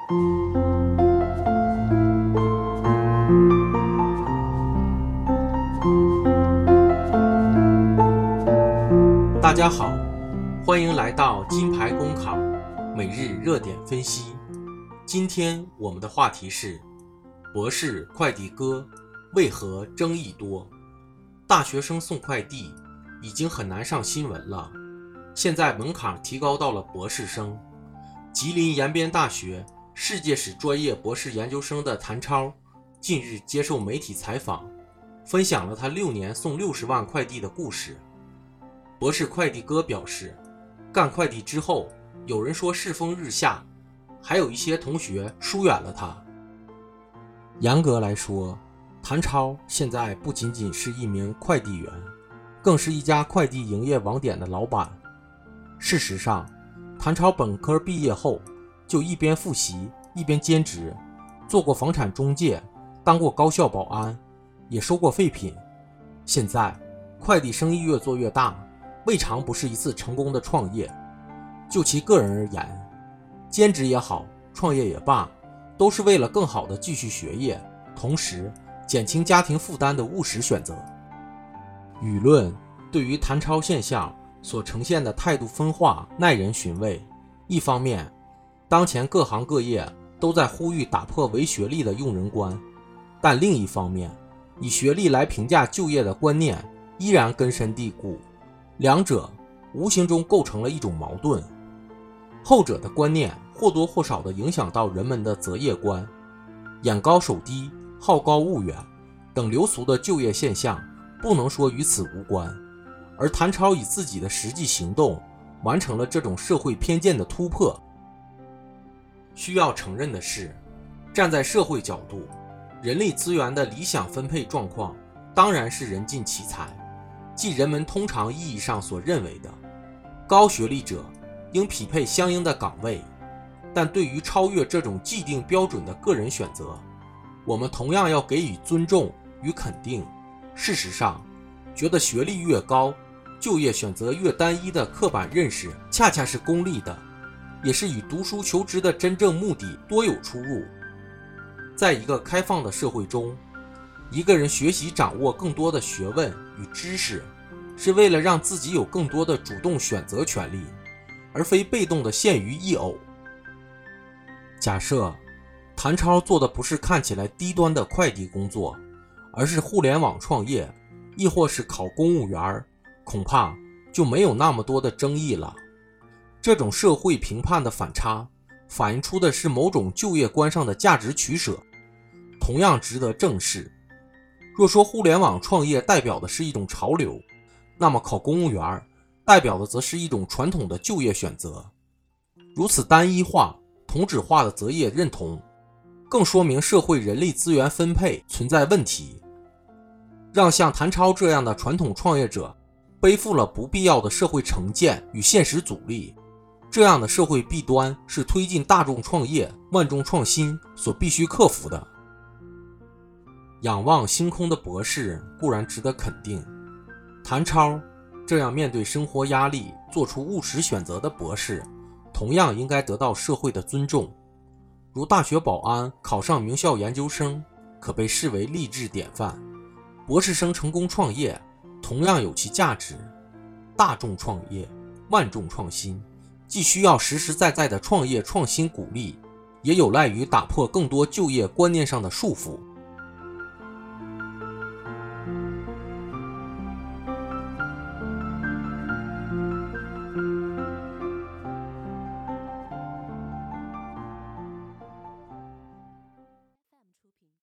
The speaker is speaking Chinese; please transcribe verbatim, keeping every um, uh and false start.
大家好，欢迎来到金牌公考每日热点分析。今天我们的话题是博士快递哥为何争议多？大学生送快递已经很难上新闻了，现在门槛提高到了博士生。吉林延边大学世界史专业博士研究生的谭超近日接受媒体采访，分享了他六年送六十万快递的故事。博士快递哥表示，干快递之后，有人说世风日下，还有一些同学疏远了他。严格来说，谭超现在不仅仅是一名快递员，更是一家快递营业网点的老板。事实上，谭超本科毕业后就一边复习一边兼职，做过房产中介，当过高校保安，也收过废品。现在快递生意越做越大，未尝不是一次成功的创业。就其个人而言，兼职也好，创业也罢，都是为了更好的继续学业，同时减轻家庭负担的务实选择。舆论对于谭超现象所呈现的态度分化耐人寻味。一方面，当前各行各业都在呼吁打破唯学历的用人观，但另一方面，以学历来评价就业的观念依然根深蒂固，两者无形中构成了一种矛盾。后者的观念或多或少地影响到人们的择业观，眼高手低、好高骛远等流俗的就业现象不能说与此无关，而谭超以自己的实际行动完成了这种社会偏见的突破。需要承认的是，站在社会角度，人力资源的理想分配状况当然是人尽其才，即人们通常意义上所认为的高学历者应匹配相应的岗位。但对于超越这种既定标准的个人选择，我们同样要给予尊重与肯定。事实上，觉得学历越高，就业选择越单一的刻板认识恰恰是功利的，也是与读书求职的真正目的多有出入。在一个开放的社会中，一个人学习掌握更多的学问与知识，是为了让自己有更多的主动选择权利，而非被动的陷于一偶。假设谭超做的不是看起来低端的快递工作，而是互联网创业，亦或是考公务员，恐怕就没有那么多的争议了。这种社会评判的反差，反映出的是某种就业观上的价值取舍，同样值得正视。若说互联网创业代表的是一种潮流，那么考公务员代表的则是一种传统的就业选择。如此单一化、同质化的择业认同，更说明社会人力资源分配存在问题，让像谭超这样的传统创业者背负了不必要的社会成见与现实阻力。这样的社会弊端是推进大众创业、万众创新所必须克服的。仰望星空的博士固然值得肯定，谭超这样面对生活压力做出务实选择的博士，同样应该得到社会的尊重。如大学保安考上名校研究生，可被视为励志典范。博士生成功创业，同样有其价值。大众创业，万众创新，既需要实实在在的创业创新鼓励，也有赖于打破更多就业观念上的束缚。